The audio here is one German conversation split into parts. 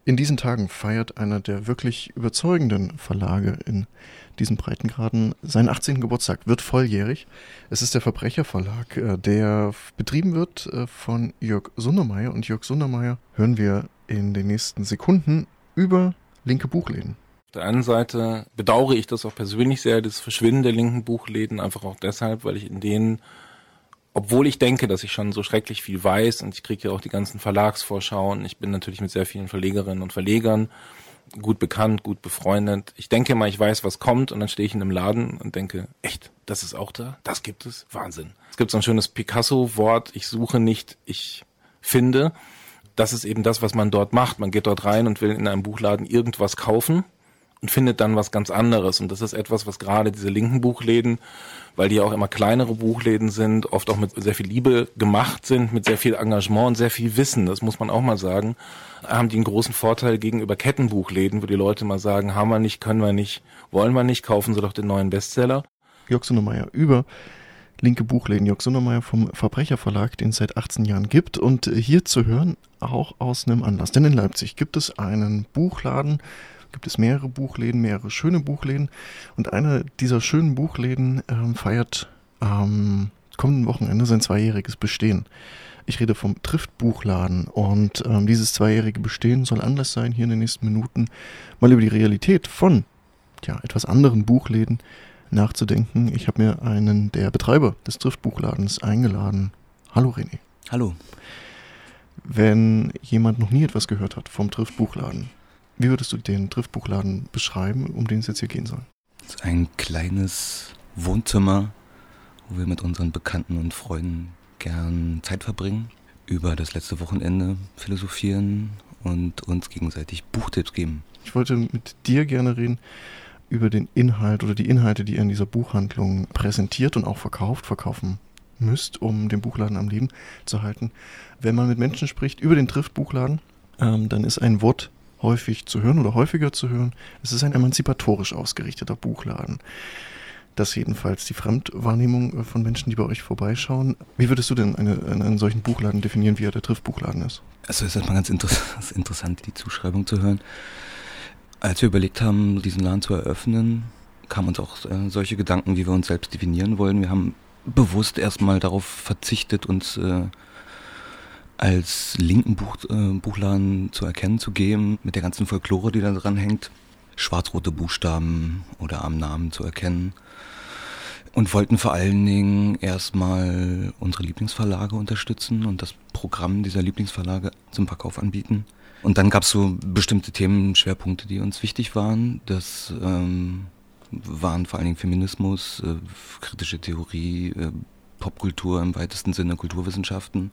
In diesen Tagen feiert einer der wirklich überzeugenden Verlage in diesen Breitengraden seinen 18. Geburtstag, wird volljährig. Es ist der Verbrecherverlag, der betrieben wird von Jörg Sundermeier. Und Jörg Sundermeier hören wir in den nächsten Sekunden über linke Buchläden. Auf der einen Seite bedauere ich das auch persönlich sehr, das Verschwinden der linken Buchläden, einfach auch deshalb, weil ich in denen, obwohl ich denke, dass ich schon so schrecklich viel weiß und ich kriege ja auch die ganzen Verlagsvorschauen, ich bin natürlich mit sehr vielen Verlegerinnen und Verlegern gut bekannt, gut befreundet. Ich denke mal, ich weiß, was kommt und dann stehe ich in einem Laden und denke, echt, das ist auch da? Das gibt es? Wahnsinn. Es gibt so ein schönes Picasso-Wort, ich suche nicht, ich finde. Das ist eben das, was man dort macht. Man geht dort rein und will in einem Buchladen irgendwas kaufen und findet dann was ganz anderes. Und das ist etwas, was gerade diese linken Buchläden, weil die ja auch immer kleinere Buchläden sind, oft auch mit sehr viel Liebe gemacht sind, mit sehr viel Engagement und sehr viel Wissen, das muss man auch mal sagen, haben die einen großen Vorteil gegenüber Kettenbuchläden, wo die Leute mal sagen, haben wir nicht, können wir nicht, wollen wir nicht, kaufen Sie doch den neuen Bestseller. Jörg Sundermeier über linke Buchläden. Jörg Sundermeier vom Verbrecherverlag, den es seit 18 Jahren gibt. Und hier zu hören, auch aus einem Anlass. Denn in Leipzig gibt es einen Buchladen, gibt es mehrere Buchläden, mehrere schöne Buchläden. Und einer dieser schönen Buchläden feiert am kommenden Wochenende sein 2-jähriges Bestehen. Ich rede vom Trift-Buchladen und dieses 2-jährige Bestehen soll Anlass sein, hier in den nächsten Minuten mal über die Realität von etwas anderen Buchläden nachzudenken. Ich habe mir einen der Betreiber des Trift-Buchladens eingeladen. Hallo René. Hallo. Wenn jemand noch nie etwas gehört hat vom Trift-Buchladen, wie würdest du den Trift-Buchladen beschreiben, um den es jetzt hier gehen soll? Es ist ein kleines Wohnzimmer, wo wir mit unseren Bekannten und Freunden gern Zeit verbringen, über das letzte Wochenende philosophieren und uns gegenseitig Buchtipps geben. Ich wollte mit dir gerne reden über den Inhalt oder die Inhalte, die ihr in dieser Buchhandlung präsentiert und auch verkaufen müsst, um den Buchladen am Leben zu halten. Wenn man mit Menschen spricht über den Trift-Buchladen, dann ist ein Wort häufig zu hören oder häufiger zu hören. Es ist ein emanzipatorisch ausgerichteter Buchladen. Das jedenfalls die Fremdwahrnehmung von Menschen, die bei euch vorbeischauen. Wie würdest du denn einen solchen Buchladen definieren, wie er der Trift-Buchladen ist? Also es ist erstmal ganz interessant, die Zuschreibung zu hören. Als wir überlegt haben, diesen Laden zu eröffnen, kamen uns auch solche Gedanken, wie wir uns selbst definieren wollen. Wir haben bewusst erstmal darauf verzichtet, uns als linken Buchladen zu erkennen zu geben, mit der ganzen Folklore, die da dran hängt, schwarz-rote Buchstaben oder am Namen zu erkennen. Und wollten vor allen Dingen erstmal unsere Lieblingsverlage unterstützen und das Programm dieser Lieblingsverlage zum Verkauf anbieten. Und dann gab es so bestimmte Themenschwerpunkte, die uns wichtig waren. Das waren vor allen Dingen Feminismus, kritische Theorie, Popkultur im weitesten Sinne, Kulturwissenschaften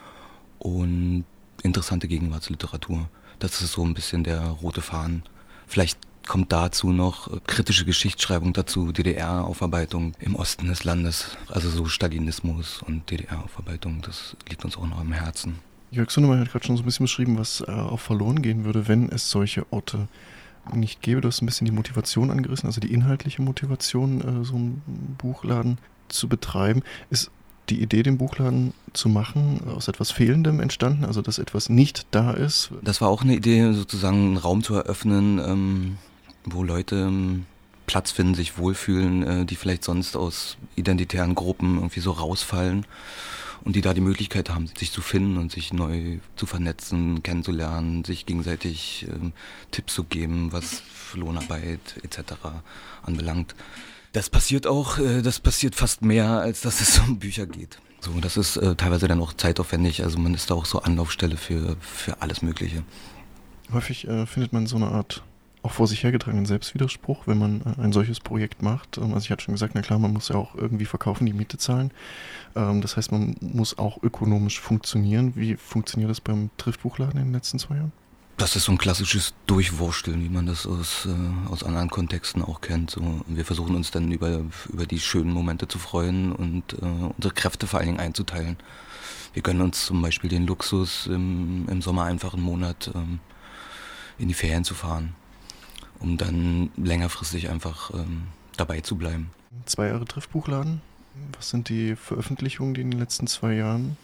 und interessante Gegenwartsliteratur. Das ist so ein bisschen der rote Faden. Vielleicht kommt dazu noch kritische Geschichtsschreibung dazu, DDR-Aufarbeitung im Osten des Landes, also so Stalinismus und DDR-Aufarbeitung, das liegt uns auch noch am Herzen. Jörg Sundermeier hat gerade schon so ein bisschen beschrieben, was auch verloren gehen würde, wenn es solche Orte nicht gäbe. Du hast ein bisschen die Motivation angerissen, also die inhaltliche Motivation, so einen Buchladen zu betreiben. Ist die Idee, den Buchladen zu machen, aus etwas Fehlendem entstanden, also dass etwas nicht da ist? Das war auch eine Idee, sozusagen einen Raum zu eröffnen, wo Leute Platz finden, sich wohlfühlen, die vielleicht sonst aus identitären Gruppen irgendwie so rausfallen und die da die Möglichkeit haben, sich zu finden und sich neu zu vernetzen, kennenzulernen, sich gegenseitig Tipps zu geben, was Lohnarbeit etc. anbelangt. Das passiert auch, das passiert fast mehr, als dass es um Bücher geht. So, das ist teilweise dann auch zeitaufwendig, also man ist da auch so Anlaufstelle für alles Mögliche. Häufig findet man so eine Art auch vor sich hergetragenen Selbstwiderspruch, wenn man ein solches Projekt macht. Also ich hatte schon gesagt, na klar, man muss ja auch irgendwie verkaufen, die Miete zahlen. Das heißt, man muss auch ökonomisch funktionieren. Wie funktioniert das beim Trift-Buchladen in den letzten 2 Jahren? Das ist so ein klassisches Durchwursteln, wie man das aus anderen Kontexten auch kennt. So, wir versuchen uns dann über die schönen Momente zu freuen und unsere Kräfte vor allen Dingen einzuteilen. Wir gönnen uns zum Beispiel den Luxus, im Sommer einfach einen Monat in die Ferien zu fahren, um dann längerfristig einfach dabei zu bleiben. 2 Jahre Trift-Buchladen. Was sind die Veröffentlichungen, die in den letzten 2 Jahren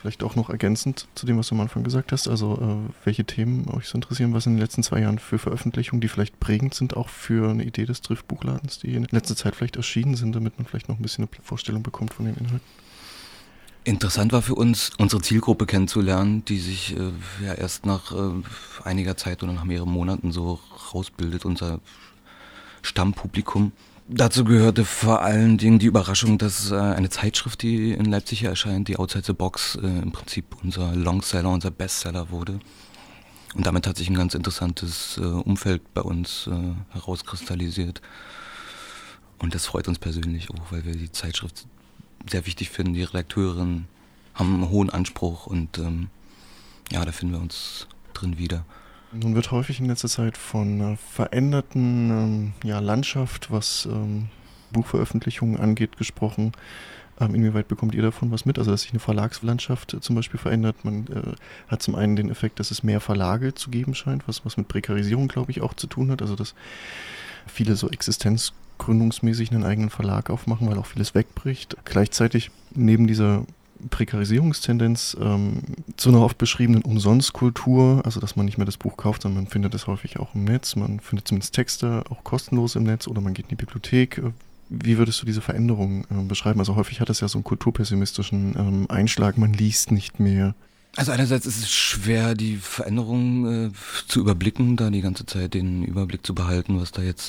Vielleicht auch noch ergänzend zu dem, was du am Anfang gesagt hast, also welche Themen euch so interessieren, was in den letzten 2 Jahren für Veröffentlichungen, die vielleicht prägend sind, auch für eine Idee des Trift-Buchladens, die in letzter Zeit vielleicht erschienen sind, damit man vielleicht noch ein bisschen eine Vorstellung bekommt von den Inhalten. Interessant war für uns, unsere Zielgruppe kennenzulernen, die sich ja erst nach einiger Zeit oder nach mehreren Monaten so rausbildet, unser Stammpublikum. Dazu gehörte vor allen Dingen die Überraschung, dass eine Zeitschrift, die in Leipzig hier erscheint, die Outside the Box, im Prinzip unser Longseller, unser Bestseller wurde. Und damit hat sich ein ganz interessantes Umfeld bei uns herauskristallisiert. Und das freut uns persönlich auch, weil wir die Zeitschrift sehr wichtig finden. Die Redakteurinnen haben einen hohen Anspruch und da finden wir uns drin wieder. Nun wird häufig in letzter Zeit von einer veränderten Landschaft, was Buchveröffentlichungen angeht, gesprochen. Inwieweit bekommt ihr davon was mit? Also, dass sich eine Verlagslandschaft zum Beispiel verändert. Man hat zum einen den Effekt, dass es mehr Verlage zu geben scheint, was mit Prekarisierung, glaube ich, auch zu tun hat. Also, dass viele so existenzgründungsmäßig einen eigenen Verlag aufmachen, weil auch vieles wegbricht. Gleichzeitig neben dieser Prekarisierungstendenz zu einer oft beschriebenen Umsonstkultur, also dass man nicht mehr das Buch kauft, sondern man findet es häufig auch im Netz, man findet zumindest Texte auch kostenlos im Netz oder man geht in die Bibliothek. Wie würdest du diese Veränderung beschreiben? Also häufig hat es ja so einen kulturpessimistischen Einschlag, man liest nicht mehr. Also einerseits ist es schwer, die Veränderung zu überblicken, da die ganze Zeit den Überblick zu behalten, was da jetzt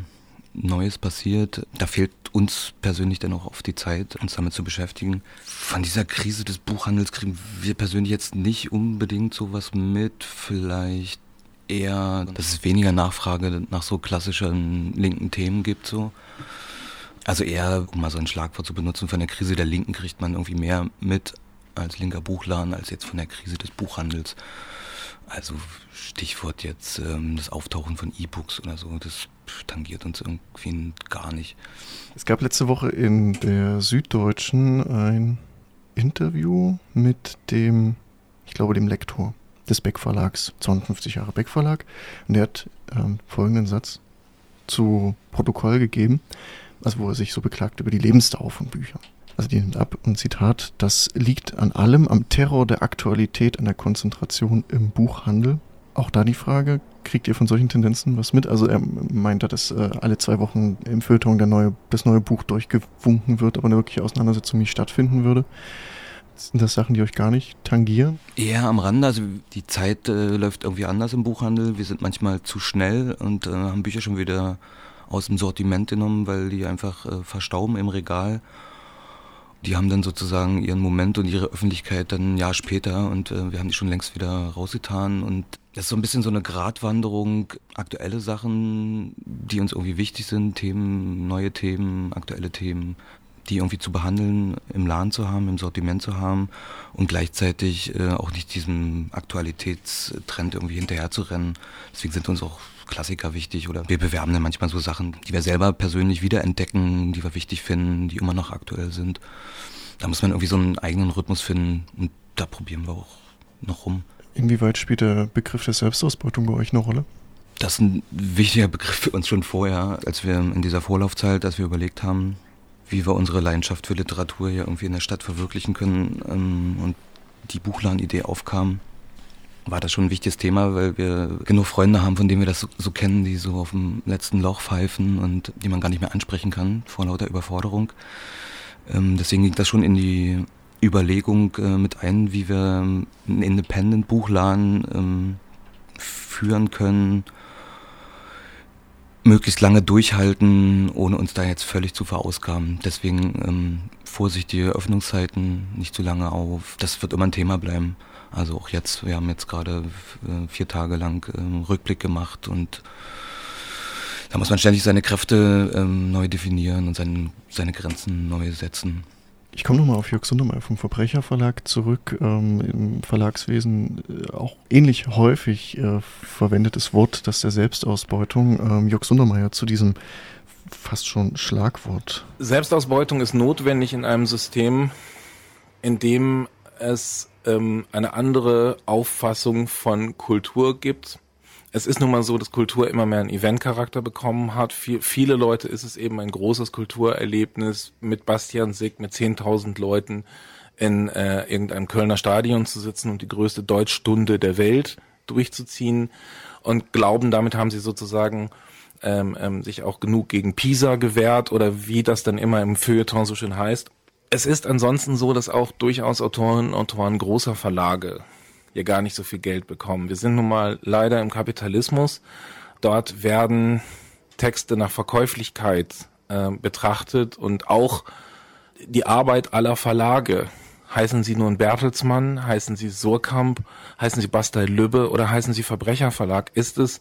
Neues passiert. Da fehlt uns persönlich dann auch oft die Zeit, uns damit zu beschäftigen. Von dieser Krise des Buchhandels kriegen wir persönlich jetzt nicht unbedingt sowas mit. Vielleicht eher, dass es weniger Nachfrage nach so klassischen linken Themen gibt. So. Also eher, um mal so ein Schlagwort zu benutzen, von der Krise der Linken kriegt man irgendwie mehr mit als linker Buchladen, als jetzt von der Krise des Buchhandels. Also Stichwort jetzt das Auftauchen von E-Books oder so, das tangiert uns irgendwie gar nicht. Es gab letzte Woche in der Süddeutschen ein Interview mit dem Lektor des Beck Verlags, 250 Jahre Beck Verlag. Und der hat folgenden Satz zu Protokoll gegeben, also wo er sich so beklagt über die Lebensdauer von Büchern. Also die nimmt ab und Zitat, das liegt an allem, am Terror der Aktualität, an der Konzentration im Buchhandel. Auch da die Frage, kriegt ihr von solchen Tendenzen was mit? Also er meinte, dass alle 2 Wochen im Feuilleton das neue Buch durchgewunken wird, aber eine wirkliche Auseinandersetzung nicht stattfinden würde. Sind das Sachen, die euch gar nicht tangieren? Eher am Rande, also die Zeit läuft irgendwie anders im Buchhandel. Wir sind manchmal zu schnell und haben Bücher schon wieder aus dem Sortiment genommen, weil die einfach verstauben im Regal. Die haben dann sozusagen ihren Moment und ihre Öffentlichkeit dann ein Jahr später und wir haben die schon längst wieder rausgetan. Und das ist so ein bisschen so eine Gratwanderung, aktuelle Sachen, die uns irgendwie wichtig sind, Themen, neue Themen, aktuelle Themen, die irgendwie zu behandeln, im Laden zu haben, im Sortiment zu haben und gleichzeitig auch nicht diesem Aktualitätstrend irgendwie hinterher zu rennen. Deswegen sind uns auch Klassiker wichtig oder wir bewerben dann manchmal so Sachen, die wir selber persönlich wiederentdecken, die wir wichtig finden, die immer noch aktuell sind. Da muss man irgendwie so einen eigenen Rhythmus finden und da probieren wir auch noch rum. Inwieweit spielt der Begriff der Selbstausbeutung bei euch eine Rolle? Das ist ein wichtiger Begriff für uns schon vorher, als wir in dieser Vorlaufzeit, als wir überlegt haben, wie wir unsere Leidenschaft für Literatur hier irgendwie in der Stadt verwirklichen können und die Buchladen-Idee aufkam, war das schon ein wichtiges Thema, weil wir genug Freunde haben, von denen wir das so kennen, die so auf dem letzten Loch pfeifen und die man gar nicht mehr ansprechen kann vor lauter Überforderung. Deswegen ging das schon in die Überlegung mit ein, wie wir einen Independent-Buchladen führen können, möglichst lange durchhalten, ohne uns da jetzt völlig zu verausgaben. Deswegen vorsichtige Öffnungszeiten, nicht zu lange auf. Das wird immer ein Thema bleiben. Also auch jetzt, wir haben jetzt gerade 4 Tage lang Rückblick gemacht und da muss man ständig seine Kräfte neu definieren und seine Grenzen neu setzen. Ich komme nochmal auf Jörg Sundermeier vom Verbrecherverlag zurück. Im Verlagswesen auch ähnlich häufig verwendetes Wort, das der Selbstausbeutung. Jörg Sundermeier zu diesem fast schon Schlagwort. Selbstausbeutung ist notwendig in einem System, in dem es eine andere Auffassung von Kultur gibt. Es ist nun mal so, dass Kultur immer mehr einen Eventcharakter bekommen hat. Für viele Leute ist es eben ein großes Kulturerlebnis mit Bastian Sick, mit 10.000 Leuten in irgendeinem Kölner Stadion zu sitzen und die größte Deutschstunde der Welt durchzuziehen und glauben, damit haben sie sozusagen sich auch genug gegen Pisa gewehrt oder wie das dann immer im Feuilleton so schön heißt. Es ist ansonsten so, dass auch durchaus Autorinnen und Autoren großer Verlage ja gar nicht so viel Geld bekommen. Wir sind nun mal leider im Kapitalismus. Dort werden Texte nach Verkäuflichkeit betrachtet und auch die Arbeit aller Verlage. Heißen sie nun Bertelsmann, heißen sie Surkamp, heißen sie Bastei-Lübbe oder heißen sie Verbrecherverlag? Ist es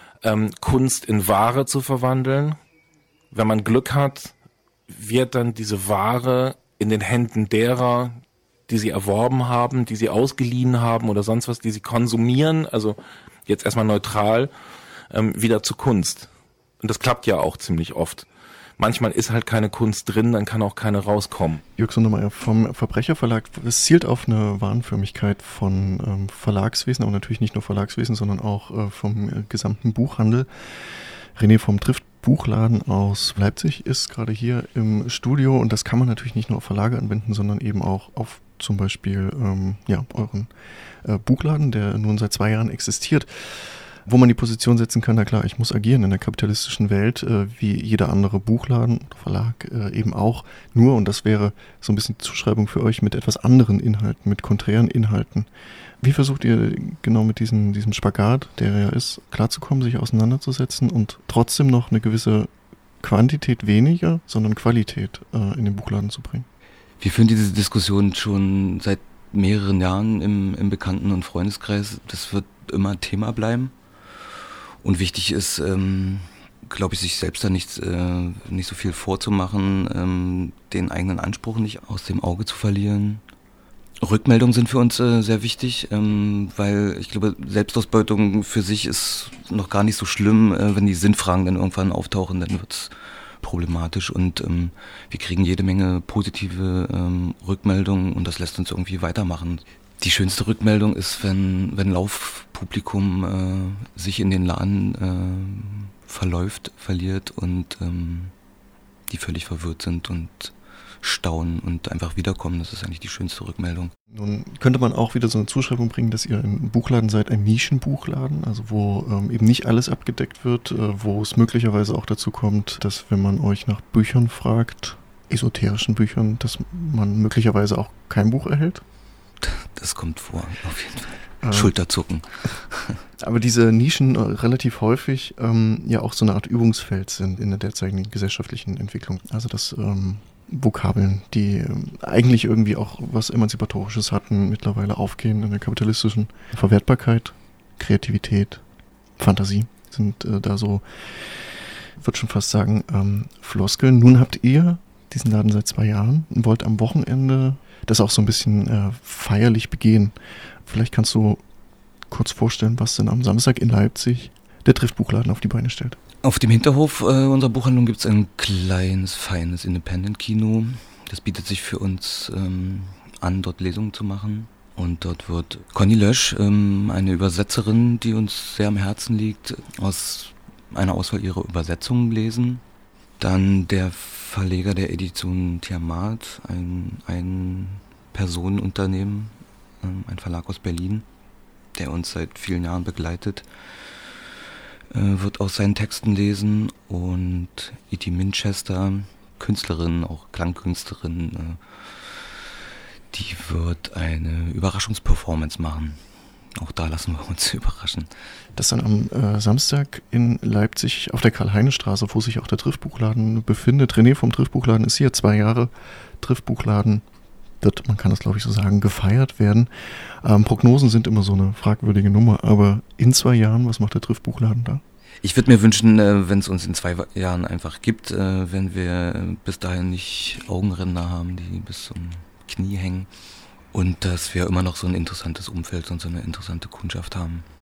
Kunst in Ware zu verwandeln? Wenn man Glück hat, wird dann diese Ware in den Händen derer, die sie erworben haben, die sie ausgeliehen haben oder sonst was, die sie konsumieren, also jetzt erstmal neutral, wieder zu Kunst. Und das klappt ja auch ziemlich oft. Manchmal ist halt keine Kunst drin, dann kann auch keine rauskommen. Jörg Sundermeier vom Verbrecherverlag, es zielt auf eine Warenförmigkeit von Verlagswesen, aber natürlich nicht nur Verlagswesen, sondern auch vom gesamten Buchhandel. René vom Trift-Buchladen aus Leipzig ist gerade hier im Studio und das kann man natürlich nicht nur auf Verlage anwenden, sondern eben auch auf zum Beispiel euren Buchladen, der nun seit 2 Jahren existiert. Wo man die Position setzen kann, na klar, ich muss agieren in der kapitalistischen Welt, wie jeder andere Buchladen oder Verlag eben auch. Nur, und das wäre so ein bisschen die Zuschreibung für euch, mit etwas anderen Inhalten, mit konträren Inhalten. Wie versucht ihr genau mit diesem Spagat, der ja ist, klarzukommen, sich auseinanderzusetzen und trotzdem noch eine gewisse Quantität weniger, sondern Qualität in den Buchladen zu bringen? Wir führen diese Diskussion schon seit mehreren Jahren im Bekannten- und Freundeskreis. Das wird immer Thema bleiben. Und wichtig ist, glaube ich, sich selbst da nicht so viel vorzumachen, den eigenen Anspruch nicht aus dem Auge zu verlieren. Rückmeldungen sind für uns sehr wichtig, weil ich glaube, Selbstausbeutung für sich ist noch gar nicht so schlimm. Wenn die Sinnfragen dann irgendwann auftauchen, dann wird es problematisch und wir kriegen jede Menge positive Rückmeldungen und das lässt uns irgendwie weitermachen. Die schönste Rückmeldung ist, wenn Laufpublikum sich in den Laden verliert und die völlig verwirrt sind und staunen und einfach wiederkommen. Das ist eigentlich die schönste Rückmeldung. Nun könnte man auch wieder so eine Zuschreibung bringen, dass ihr ein Buchladen seid, ein Nischenbuchladen, also wo eben nicht alles abgedeckt wird, wo es möglicherweise auch dazu kommt, dass wenn man euch nach Büchern fragt, esoterischen Büchern, dass man möglicherweise auch kein Buch erhält? Das kommt vor, auf jeden Fall. Schulterzucken. Aber diese Nischen relativ häufig ja auch so eine Art Übungsfeld sind in der derzeitigen gesellschaftlichen Entwicklung. Also dass Vokabeln, die eigentlich irgendwie auch was Emanzipatorisches hatten, mittlerweile aufgehen in der kapitalistischen Verwertbarkeit, Kreativität, Fantasie sind da so, ich würde schon fast sagen, Floskeln. Nun habt ihr diesen Laden seit 2 Jahren und wollt am Wochenende das auch so ein bisschen feierlich begehen. Vielleicht kannst du kurz vorstellen, was denn am Samstag in Leipzig der Trift-Buchladen auf die Beine stellt. Auf dem Hinterhof unserer Buchhandlung gibt es ein kleines, feines Independent-Kino. Das bietet sich für uns an, dort Lesungen zu machen. Und dort wird Conny Lösch, eine Übersetzerin, die uns sehr am Herzen liegt, aus einer Auswahl ihrer Übersetzungen lesen. Dann der Verleger der Edition Tiamat, ein Personenunternehmen, ein Verlag aus Berlin, der uns seit vielen Jahren begleitet, wird aus seinen Texten lesen. Und E.T. Manchester, Künstlerin, auch Klangkünstlerin, die wird eine Überraschungsperformance machen. Auch da lassen wir uns überraschen. Das dann am Samstag in Leipzig auf der Karl-Heine-Straße, wo sich auch der Trift-Buchladen befindet. René vom Trift-Buchladen ist hier, 2 Jahre Trift-Buchladen. Wird, man kann das glaube ich so sagen, gefeiert werden. Prognosen sind immer so eine fragwürdige Nummer, aber in 2 Jahren, was macht der Trift-Buchladen da? Ich würde mir wünschen, wenn es uns in 2 Jahren einfach gibt, wenn wir bis dahin nicht Augenränder haben, die bis zum Knie hängen und dass wir immer noch so ein interessantes Umfeld und so eine interessante Kundschaft haben.